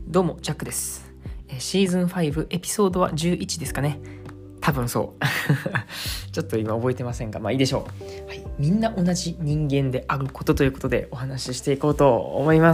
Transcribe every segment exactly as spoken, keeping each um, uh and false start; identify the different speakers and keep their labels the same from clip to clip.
Speaker 1: どうもジャックです。シーズンファイブエピソードはじゅういちですかね。多分そうちょっと今覚えてませんが、まあいいでしょう。はい、みんな同じ人間であることということでお話ししていこうと思います。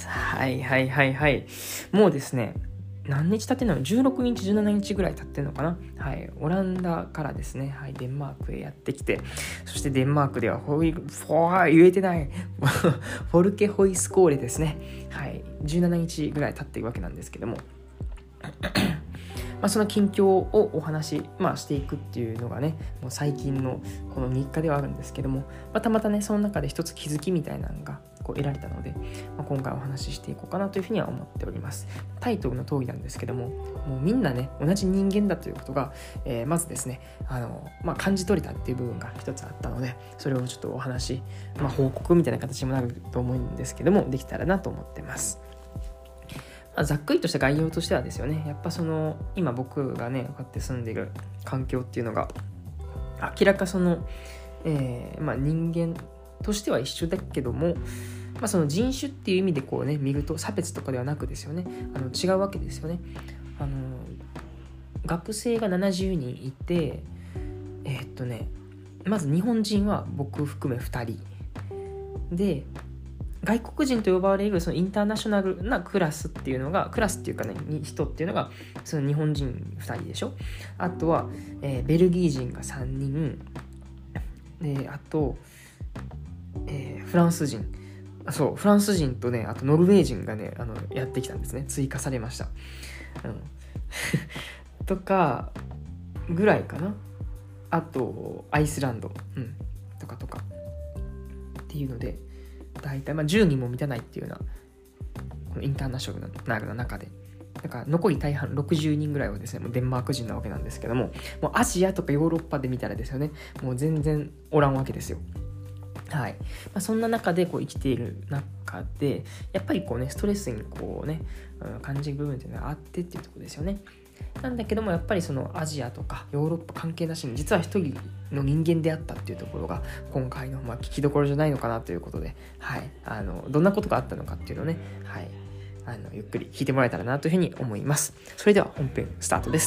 Speaker 1: はいはいはいはい。もうですね、何日経ってんの？じゅうろくにちじゅうしちにちぐらい経ってんのかな。はい、オランダからですね、はい、デンマークへやってきて、そしてデンマークではホイフォー言えてないフォルケホイスコーレですね。はい、じゅうしちにちぐらい経っているわけなんですけどもまあその近況をお話、まあ、していくっていうのがね、もう最近のこのみっかではあるんですけども、またまたねその中で一つ気づきみたいなのがこう得られたので、まあ、今回お話ししていこうかなというふうには思っております。タイトルの通りなんですけども、もうみんなね同じ人間だということが、えー、まずですねあの、まあ、感じ取れたっていう部分が一つあったので、それをちょっとお話、まあ、報告みたいな形にもなると思うんですけども、できたらなと思ってます。ざっくりとした概要としてはですよね、やっぱその今僕がねこうやって住んでいる環境っていうのが明らかその、えーまあ、人間としては一緒だけども、まあ、その人種っていう意味でこうね見ると差別とかではなくですよね、あの違うわけですよね。あの学生がななじゅうにんいて、えー、っとねまず日本人は僕含めふたりで、外国人と呼ばれるそのインターナショナルなクラスっていうのがクラスっていうかね人っていうのがその日本人ふたりでしょ。あとは、えー、ベルギー人がさんにんで、あと、えー、フランス人そうフランス人とね、あとノルウェー人がねあのやってきたんですね。追加されました、うん、とかぐらいかな。あとアイスランド、うん、とかとかっていうので、大体まあじゅうにんも満たないっていうようなこのインターナショナルな中で、だから残り大半ろくじゅうにんぐらいはですねもうデンマーク人なわけなんですけども、もうアジアとかヨーロッパで見たらですよね、もう全然おらんわけですよ。はい、まあ、そんな中でこう生きている中でやっぱりこうねストレスにこうね、うん、感じる部分っていうのがあってっていうところですよね。なんだけどもやっぱりそのアジアとかヨーロッパ関係なしに実は一人の人間であったっていうところが今回のまあ聞きどころじゃないのかなということで、はい、あのどんなことがあったのかっていうのをね、はい、あのゆっくり聞いてもらえたらなというふうに思います。それでは本編スタートです。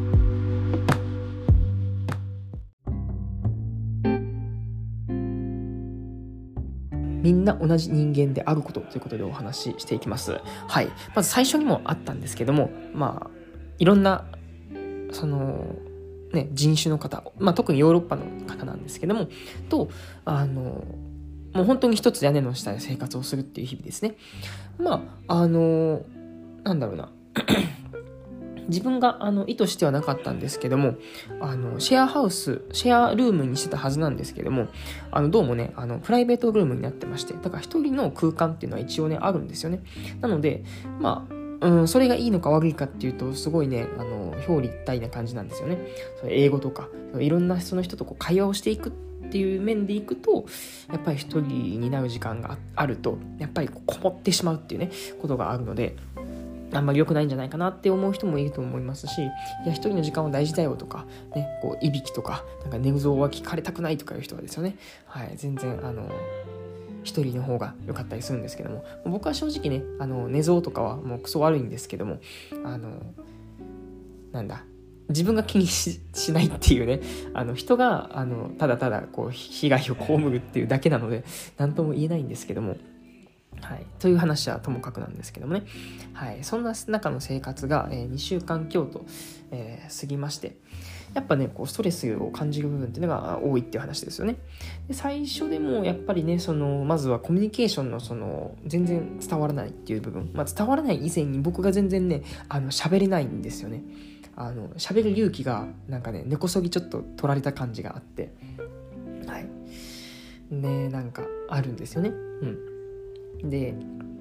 Speaker 1: みんな同じ人間であることということでお話ししていきます。はい、まず最初にもあったんですけども、まあいろんなそのね人種の方、まあ特にヨーロッパの方なんですけどもと、あのもう本当に一つ屋根の下で生活をするっていう日々ですね。まああのなんだろうな自分があの意図してはなかったんですけども、あのシェアハウスシェアルームにしてたはずなんですけども、あのどうもねあのプライベートルームになってまして、だから一人の空間っていうのは一応ねあるんですよね。なのでまあ、うん、それがいいのか悪いかっていうとすごいねあの表裏一体な感じなんですよね。その英語とかいろんなその人とこう会話をしていくっていう面でいくと、やっぱり一人になる時間があるとやっぱりこもってしまうっていうねことがあるので、あんまり良くないんじゃないかなって思う人もいると思いますし、いや一人の時間は大事だよとかね、こういびきとかなんか寝相は聞かれたくないとかいう人はですよね、はい、全然あの一人の方が良かったりするんですけども、僕は正直ねあの寝相とかはもうクソ悪いんですけども、あのなんだ自分が気に し, しないっていうね、あの人があのただただこう被害を被るっていうだけなので何とも言えないんですけども、はい、という話はともかくなんですけどもね、はい、そんな中の生活が、えー、にしゅうかん強と、えー、過ぎまして、やっぱねこうストレスを感じる部分っていうのが多いっていう話ですよね。で最初でもやっぱりねそのまずはコミュニケーションのその全然伝わらないっていう部分、まあ、伝わらない以前に僕が全然ねあの喋れないんですよね。あの喋る勇気がなんかね根こそぎちょっと取られた感じがあって、はいね、なんかあるんですよね。うんで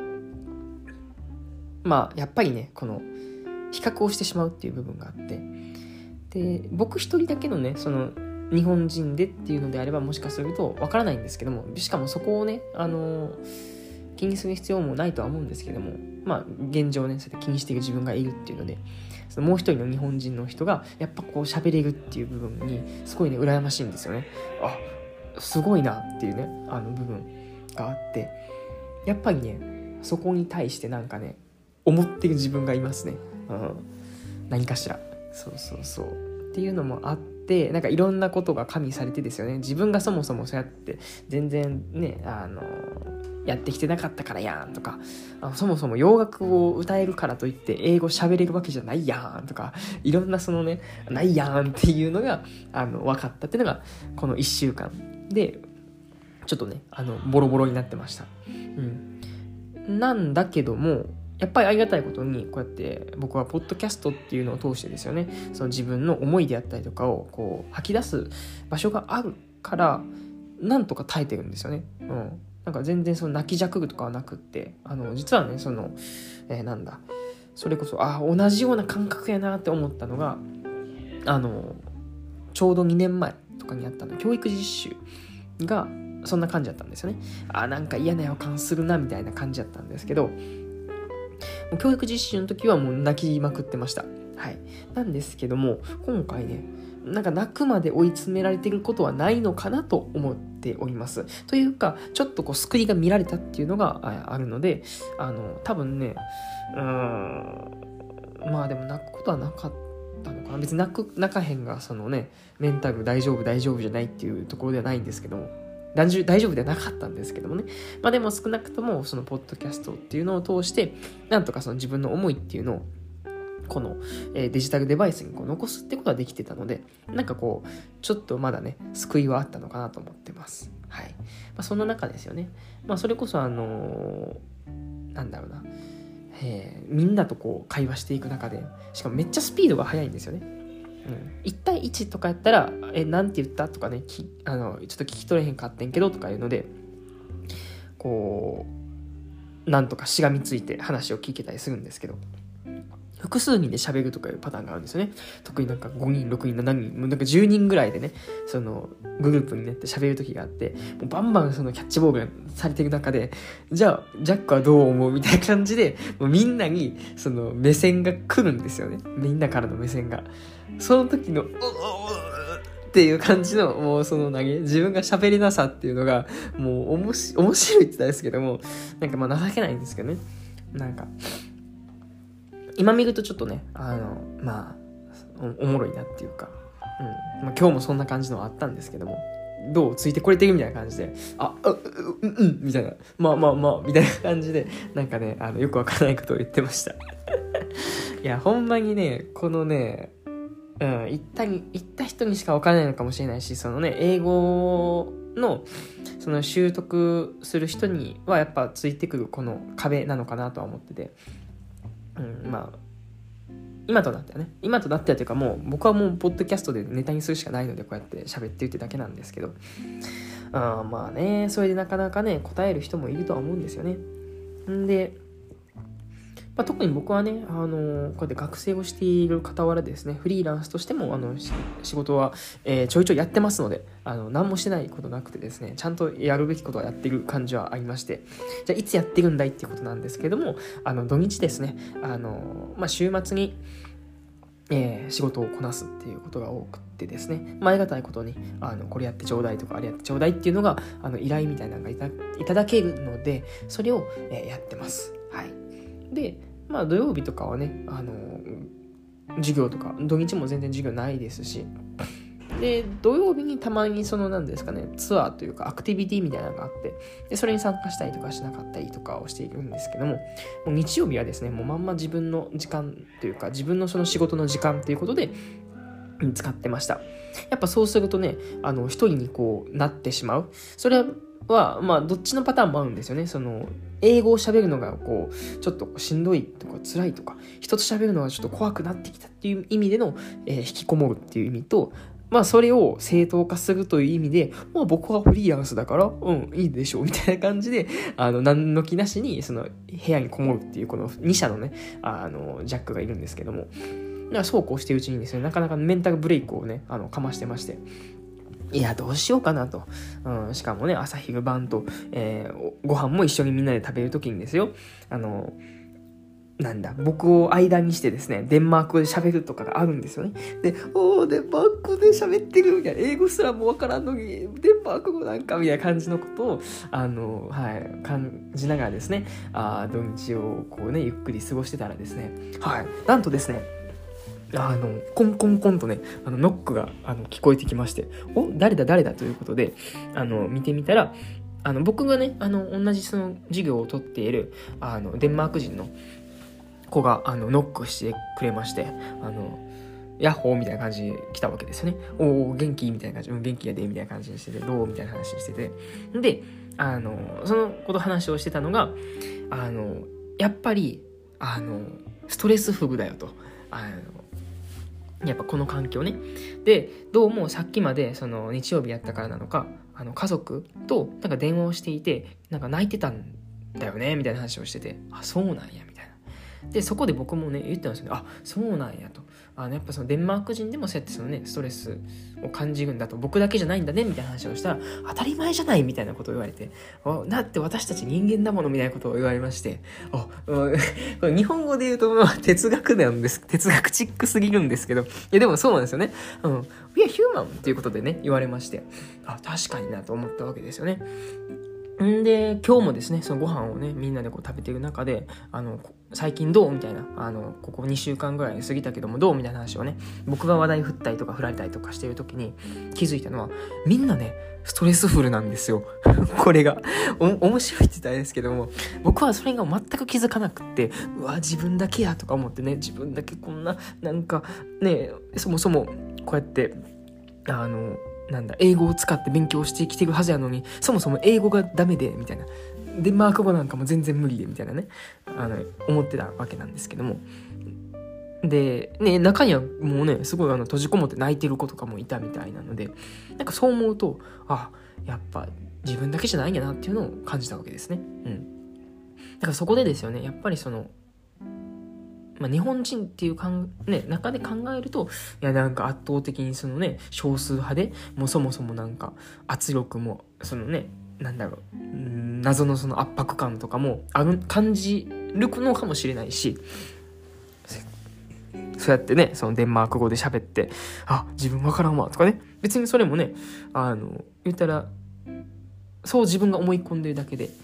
Speaker 1: まあやっぱりねこの比較をしてしまうっていう部分があって、で僕一人だけのねその日本人でっていうのであればもしかするとわからないんですけども、しかもそこをねあの気にする必要もないとは思うんですけども、まあ現状ねそうやって気にしている自分がいるっていうので、そのもう一人の日本人の人がやっぱこう喋れるっていう部分にすごいね羨ましいんですよね。あすごいなっていうねあの部分があって、やっぱりねそこに対してなんかね思ってる自分がいますね。うん、何かしら。そうそうそう。っていうのもあって、なんかいろんなことが加味されてですよね。自分がそもそもそうやって全然ね、あのやってきてなかったからやんとか、あそもそも洋楽を歌えるからといって英語喋れるわけじゃないやんとか、いろんなそのね、ないやんっていうのがあの分かったっていうのがこのいっしゅうかんで、ちょっとね、あのボロボロになってました。うん。なんだけども、やっぱりありがたいことにこうやって僕はポッドキャストっていうのを通してですよね、その自分の思いであったりとかをこう吐き出す場所があるからなんとか耐えてるんですよね。うん。なんか全然その泣きじゃくるとかはなくって、あの実はね、その、えー、なんだそれこそあ同じような感覚やなって思ったのが、あのちょうどにねんまえとかにあったの教育実習がそんな感じだったんですよね。あなんか嫌な予感するなみたいな感じだったんですけど、教育実習の時はもう泣きまくってました。はい。なんですけども、今回ね、なんか泣くまで追い詰められていることはないのかなと思っております。というか、ちょっとこう救いが見られたっていうのがあるので、あの、多分ね、うーん、まあでも泣くことはなかったのかな。別に泣く、泣かへんが、そのね、メンタル大丈夫大丈夫じゃないっていうところではないんですけども、大丈夫ではなかったんですけどもね。まあでも少なくともそのポッドキャストっていうのを通して、なんとかその自分の思いっていうのをこの、えー、デジタルデバイスにこう残すってことができてたので、なんかこうちょっとまだね救いはあったのかなと思ってます。はい。まあそんな中ですよね。まあそれこそあのー、なんだろうな、えー、みんなとこう会話していく中で、しかもめっちゃスピードが速いんですよね。うん、いち対いちとかやったらえなんて言ったとかね、きあのちょっと聞き取れへんかってんけどとかいうので、こうなんとかしがみついて話を聞けたりするんですけど、複数人で喋るとかいうパターンがあるんですよね。特になんかごにんろくにんしちにんもうなんかじゅうにんぐらいでね、そのグループになって喋る時があって、もうバンバンそのキャッチボールがされてる中で、じゃあジャックはどう思うみたいな感じで、もうみんなにその目線が来るんですよね。みんなからの目線が。その時のうううっていう感じの、もうその投げ自分が喋りなさっていうのがもうおもし面白いって言ったらですけども、なんかまあ情けないんですけどね。なんか今見るとちょっとね、あのまあ お, おもろいなっていうか、うんまあ、今日もそんな感じのあったんですけども、どうついてこれてるみたいな感じで、あうううんうんみたいな、まあまあまあみたいな感じで、なんかね、あのよくわからないことを言ってましたいやほんまにね、このね、うん、行ったに行った人にしかわからないのかもしれないし、そのね、英語のその習得する人にはやっぱついてくるこの壁なのかなとは思ってて、うん、まあ今となってはね、今となってはというか、もう僕はもうポッドキャストでネタにするしかないので、こうやって喋ってるってだけなんですけど、あまあね、それでなかなかね答える人もいるとは思うんですよね。んで、まあ、特に僕はね、あのー、こうやって学生をしている傍らですね、フリーランスとしてもあの仕事は、えー、ちょいちょいやってますので、あの何もしてないことなくてですね、ちゃんとやるべきことはやってる感じはありまして、じゃあいつやってるんだいっていうことなんですけども、あの土日ですね、あのーまあ、週末に、えー、仕事をこなすっていうことが多くてですね、まあ、ありがたいことにあのこれやってちょうだいとかあれやってちょうだいっていうのがあの依頼みたいなのがい た, いただけるので、それを、えー、やってます。はい。でまあ土曜日とかはね、あの授業とか土日も全然授業ないですし、で土曜日にたまにその何ですかね、ツアーというかアクティビティみたいなのがあって、でそれに参加したりとかしなかったりとかをしているんですけども、もう日曜日はですね、もうまんま自分の時間というか自分のその仕事の時間ということで使ってました。やっぱそうするとね、あの一人にこうなってしまう。それはまあどっちのパターンもあるんですよね。その英語を喋るのがこうちょっとしんどいとか辛いとか、人と喋るのがちょっと怖くなってきたっていう意味での、えー、引きこもるっていう意味と、まあそれを正当化するという意味で、まあ僕はフリーランスだからうんいいでしょうみたいな感じで、あの何の気なしにその部屋にこもるっていうこのに社のね、あのジャックがいるんですけども、だからそうこうしてるうちにですね、なかなかメンタルブレイクをね、あのかましてまして、いやどうしようかなと、うん、しかもね朝昼晩と、えー、ご飯も一緒にみんなで食べるときにですよ、あのなんだ、僕を間にしてですね、デンマーク語で喋るとかがあるんですよね。で、おー、デンマーク語で喋ってるみたいな、英語すらもわからんのに、デンマーク語なんかみたいな感じのことを、あの、はい、感じながらですね、あ土日をこうね、ゆっくり過ごしてたらですね、はい、なんとですね、あの、コンコンコンとね、あの、ノックが、あの、聞こえてきまして、お、誰だ誰だということで、あの、見てみたら、あの、僕がね、あの、同じその授業を取っている、あの、デンマーク人の子が、あの、ノックしてくれまして、あの、ヤッホーみたいな感じで来たわけですよね。おー、元気みたいな感じ、うん、元気やで、みたいな感じにしてて、どうみたいな話してて。で、あの、そのこと話をしてたのが、あの、やっぱり、あの、ストレスフルだよと。あの、やっぱこの環境ね。で、どうもさっきまで、その、日曜日やったからなのか、あの、家族と、なんか電話をしていて、なんか泣いてたんだよね、みたいな話をしてて、あ、そうなんや、みたいな。でそこで僕もね言ってたんですよね。あ、そうなんやと。あのやっぱそのデンマーク人でもそうやってそのねストレスを感じるんだと、僕だけじゃないんだねみたいな話をしたら、当たり前じゃないみたいなことを言われて、あ、だって私たち人間だものみたいなことを言われまして、あ、これ日本語で言うと、まあ、哲学なんです哲学チックすぎるんですけど、いやでもそうなんですよね。うん、We are human っていうことでね言われまして、あ、確かになと思ったわけですよね。んで今日もですねそのご飯をねみんなでこう食べている中で、あの最近どうみたいな、あのここにしゅうかんぐらい過ぎたけどもどうみたいな話をね僕が話題振ったりとか振られたりとかしている時に気づいたのは、みんなねストレスフルなんですよこれがお面白いって言ったらあれですけども、僕はそれが全く気づかなくって、うわ自分だけやとか思ってね、自分だけこんななんかねそもそもこうやってあのなんだ英語を使って勉強してきてるはずやのに、そもそも英語がダメでみたいな、デンマーク語なんかも全然無理でみたいなね、あの思ってたわけなんですけども、でね中にはもうねすごいあの閉じこもって泣いてる子とかもいたみたいなので、なんかそう思うと、あ、やっぱ自分だけじゃないんやなっていうのを感じたわけですね。うん。だからそこでですよね、やっぱりそのまあ、日本人っていうかん、ね、中で考えると、いやなんか圧倒的にそのね少数派で、もうそもそもなんか圧力もそのねなんだろう、謎のその圧迫感とかもある感じるのかもしれないし、そうやってねそのデンマーク語で喋って、あ、自分わからんわとかね、別にそれもねあの言ったらそう自分が思い込んでるだけで、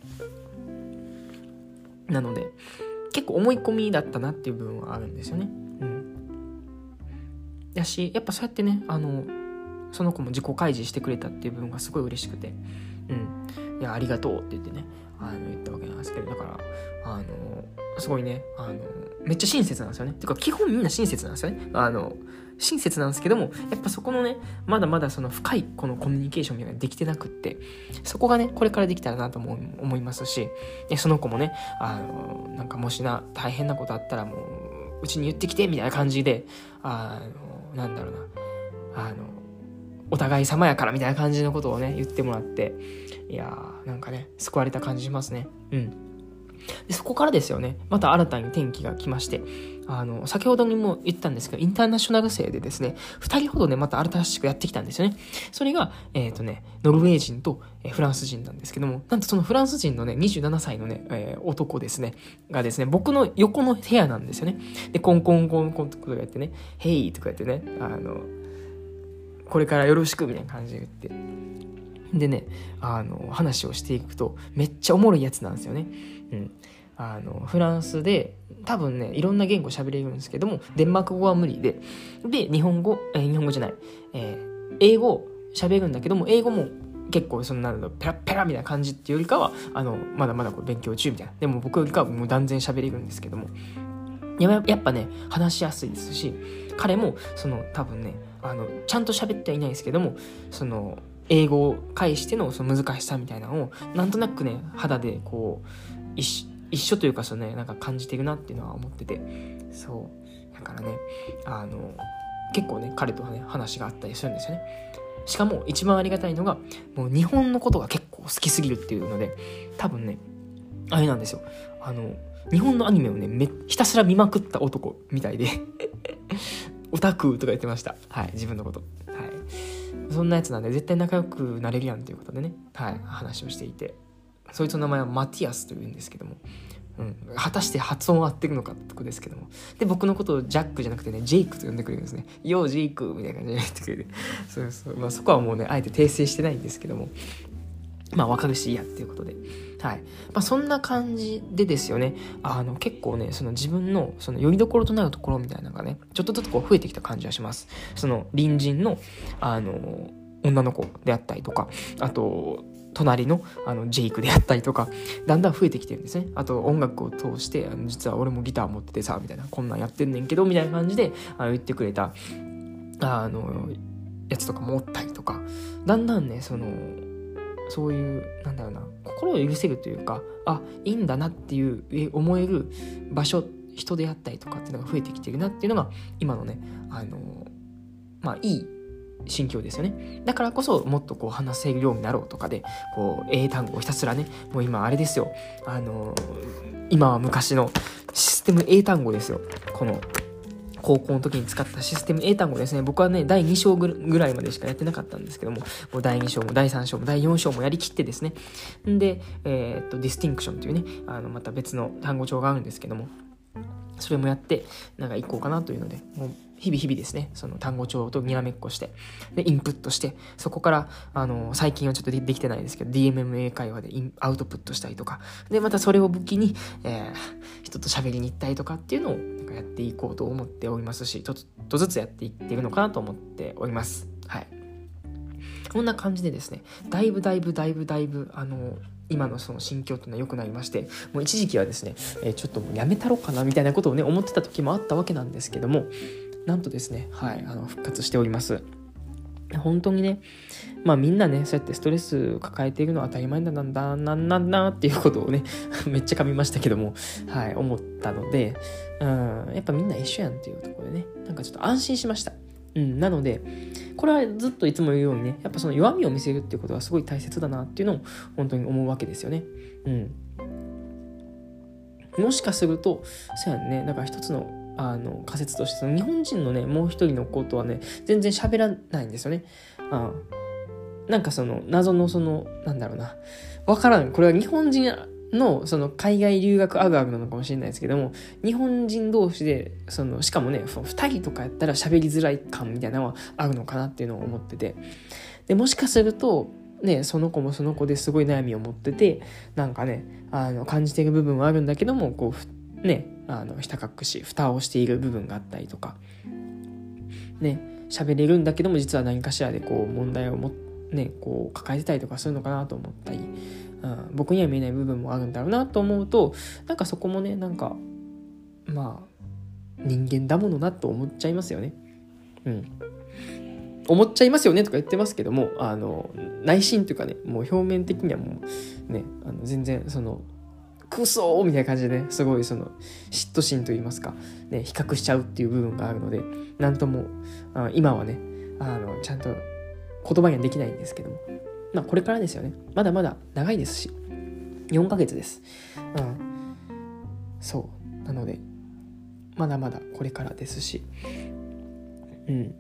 Speaker 1: なので結構思い込みだったなっていう部分はあるんですよね。うん。やし、やっぱそうやってね、あの、その子も自己開示してくれたっていう部分がすごい嬉しくて、うん。いや、ありがとうって言ってね、あの、言ったわけなんですけど、だから、あの、すごいね、あの、めっちゃ親切なんですよね。てか、基本みんな親切なんですよね。あの、親切なんですけども、やっぱそこのね、まだまだその深いこのコミュニケーションみたいなのができてなくって、そこがね、これからできたらなと思思いますし、その子もね、あの、なんかもしな、大変なことあったらもう、うちに言ってきて、みたいな感じで、あの、なんだろうな、あの、お互い様やからみたいな感じのことをね、言ってもらって、いやー、なんかね、救われた感じしますね。うん。でそこからですよね、また新たに転機が来まして、あの先ほどにも言ったんですけど、インターナショナル生でですねふたりほどねまた新しくやってきたんですよね。それが、えーとね、ノルウェー人と、えー、フランス人なんですけども、なんとそのフランス人のねにじゅうななさいのね、えー、男ですねがですね僕の横の部屋なんですよね。でコンコンコンコンとかやってね、ヘイとかやってね、あのこれからよろしくみたいな感じで言ってでね、あの話をしていくとめっちゃおもろいやつなんですよね。うん、あのフランスで多分ねいろんな言語喋れるんですけども、デンマーク語は無理で、で日本語、えー、日本語じゃない、えー、英語喋るんだけども、英語も結構そんなのペラペラみたいな感じっていうよりかは、あのまだまだこう勉強中みたいな、でも僕よりかはもう断然喋れるんですけども、やっぱね話しやすいですし、彼もその多分ねあのちゃんと喋ってはいないですけども、その英語を介してのその難しさみたいなのをなんとなくね肌でこう一, 一緒というかそのねなんか感じてるなっていうのは思ってて、そうだからねあの結構ね彼とはね話があったりするんですよね。しかも一番ありがたいのがもう日本のことが結構好きすぎるっていうので、多分ねあれなんですよ、あの日本のアニメをねめひたすら見まくった男みたいでオタクとか言ってました。はい、自分のこと。はい、そんなやつなんで絶対仲良くなれるやんということでね、はい、話をしていて、そいつの名前はマティアスというんですけども、 うん、果たして発音は合ってるのかってとこですけども、で僕のことをジャックじゃなくてねジェイクと呼んでくれるんですね。よージェイクみたいな感じで言ってくれるそうそう、まあ、そこはもうねあえて訂正してないんですけども、まあ分かるしいいやっていうことで、はい、まあ、そんな感じでですよね、あの結構ねその自分のその拠り所となるところみたいなのがねちょっとずつこう増えてきた感じはします。その隣人のあの女の子であったりとか、あと隣のあのジェイクであったりとか、だんだん増えてきてるんですね。あと音楽を通してあの実は俺もギター持っててさみたいな、こんなんやってんねんけどみたいな感じであの言ってくれたあのやつとかもおったりとか、だんだんねそのそういうなんだろうな、心を許せるというか、あいいんだなっていう思える場所、人であったりとかっていうのが増えてきてるなっていうのが今のねあのまあいい心境ですよね。だからこそもっとこう話せるようになろうとかでこう英単語をひたすらね、もう今あれですよ、あの今は昔のシステム英単語ですよ。この高校の時に使ったシステム英単語ですね。僕はねだいに章ぐらいまでしかやってなかったんですけども、もうだいに章もだいさん章もだいよん章もやりきってですね、で、えー、っとディスティンクションというねあのまた別の単語帳があるんですけども、それもやってなんか行こうかなというので、もう日々日々ですねその単語帳とにらめっこしてでインプットして、そこからあの最近はちょっと で, できてないですけど ディーエムエムエー 会話でインアウトプットしたりとかで、またそれを武器に、えー、人と喋りに行ったりとかっていうのをなんかやっていこうと思っておりますし、ちょっとずつやっていっているのかなと思っております。はい、こんな感じでですね、だいぶだいぶだいぶだいぶあの今のその心境というのは良くなりまして、もう一時期はですね、えー、ちょっともうやめたろかなみたいなことをね思ってた時もあったわけなんですけども、なんとですね、はい、あの復活しております。本当にね、まあみんなねそうやってストレスを抱えているのは当たり前だなんだなんなんだっていうことをねめっちゃ噛みましたけども、はい思ったので、うんやっぱみんな一緒やんっていうところでね、なんかちょっと安心しました。うん、なのでこれはずっといつも言うようにね、やっぱその弱みを見せるっていうことはすごい大切だなっていうのを本当に思うわけですよね。うん。もしかするとそうやんね、だから一つのあの仮説として、その日本人のねもう一人の子とはね全然喋らないんですよね。あなんかその謎のそのなんだろうな、わからん、これは日本人のその海外留学あるあるなのかもしれないですけども、日本人同士でそのしかもねふたりとかやったら喋りづらい感みたいなのはあるのかなっていうのを思ってて、でもしかするとねその子もその子ですごい悩みを持ってて、なんかねあの感じている部分はあるんだけども、こうねあのひた隠し蓋をしている部分があったりとかね、喋れるんだけども実は何かしらでこう問題をもねこう抱えてたりとかするのかなと思ったり、うん、僕には見えない部分もあるんだろうなと思うと、なんかそこもねなんかまあ人間だものなと思っちゃいますよね。うん思っちゃいますよねとか言ってますけども、あの内心というかねもう表面的にはもうねあの全然そのクソーみたいな感じでねすごいその嫉妬心といいますかね比較しちゃうっていう部分があるので、なんともあ今はねあのちゃんと言葉にはできないんですけども、まあこれからですよね。まだまだ長いですしよんかげつです。うんそうなのでまだまだこれからですし、うん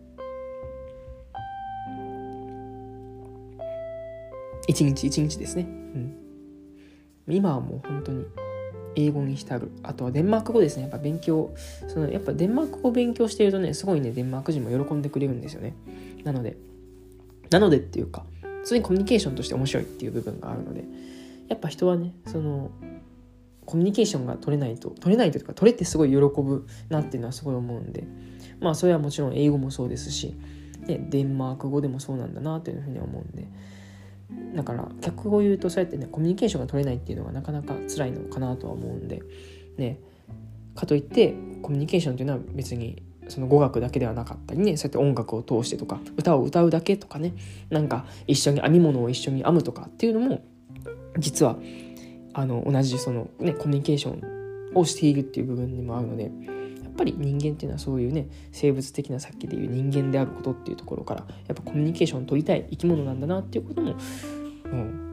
Speaker 1: 一日一日ですね。うん今はもう本当に英語に浸る、あとはデンマーク語ですね。やっぱ勉強そのやっぱデンマーク語を勉強しているとねすごいねデンマーク人も喜んでくれるんですよね。なのでなのでっていうか普通にコミュニケーションとして面白いっていう部分があるので、やっぱ人はねそのコミュニケーションが取れないと取れないというか取れてすごい喜ぶなっていうのはすごい思うんで、まあそれはもちろん英語もそうですし、ね、デンマーク語でもそうなんだなというふうに思うんで、だから逆を言うとそうやってねコミュニケーションが取れないっていうのがなかなか辛いのかなとは思うんでね、かといってコミュニケーションっていうのは別にその語学だけではなかったりね、そうやって音楽を通してとか歌を歌うだけとかね、なんか一緒に編み物を一緒に編むとかっていうのも実はあの同じそのねコミュニケーションをしているっていう部分にもあるので、やっぱり人間っていうのはそういうね生物的なさっきでいう人間であることっていうところからやっぱコミュニケーションを取りたい生き物なんだなっていうことも、うん、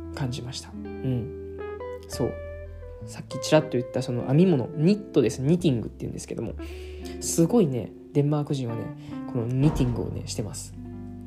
Speaker 1: 感じました。うんそうさっきちらっと言ったその編み物ニットですね、ニティングっていうんですけども、すごいねデンマーク人はねこのニティングをねしてます。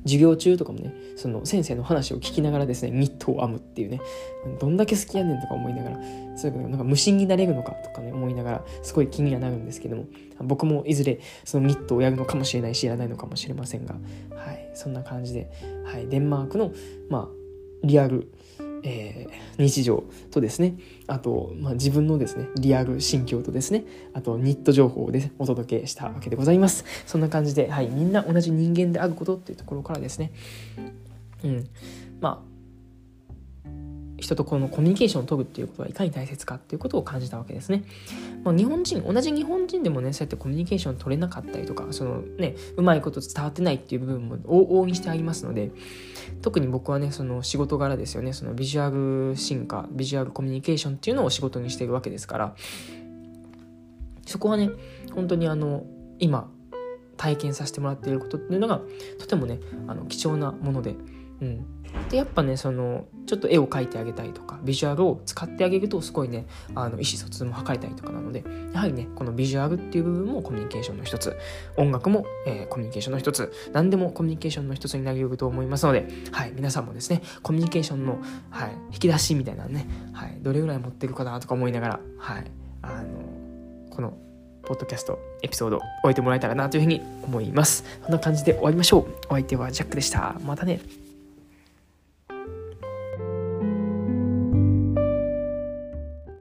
Speaker 1: 授業中とかもね、その先生の話を聞きながらですね、ニットを編むっていうね、どんだけ好きやねんとか思いながら、そういうなんか無心になれるのかとかね、思いながら、すごい気にはなるんですけども、僕もいずれそのニットをやるのかもしれないし、やらないのかもしれませんが、はい、そんな感じで、はい、デンマークの、まあ、リアル、えー、日常とですね、あと、まあ、自分のですねリアル心境とですね、あとニット情報をです、ね、お届けしたわけでございます。そんな感じで、はい、みんな同じ人間であることっていうところからですね、うん、まあ人とこのコミュニケーションを取るっていうことはいかに大切かっていうことを感じたわけですね。まあ、日本人同じ日本人でもね、そうやってコミュニケーション取れなかったりとか、そのねうまいこと伝わってないっていう部分も往々にしてありますので、特に僕はねその仕事柄ですよね、そのビジュアル進化ビジュアルコミュニケーションっていうのを仕事にしているわけですから、そこはね本当にあの今体験させてもらっていることっていうのがとてもねあの貴重なもので、うん、でやっぱねそのちょっと絵を描いてあげたりとかビジュアルを使ってあげるとすごいねあの意思疎通も図れたりとかなので、やはりねこのビジュアルっていう部分もコミュニケーションの一つ、音楽も、えー、コミュニケーションの一つ、何でもコミュニケーションの一つになり得ると思いますので、はい、皆さんもですねコミュニケーションの、はい、引き出しみたいなね、はい、どれぐらい持ってるかなとか思いながら、はい、あのこのポッドキャストエピソード終えてもらえたらなというふうに思います。こんな感じで終わりましょう。お相手はジャックでした。またね。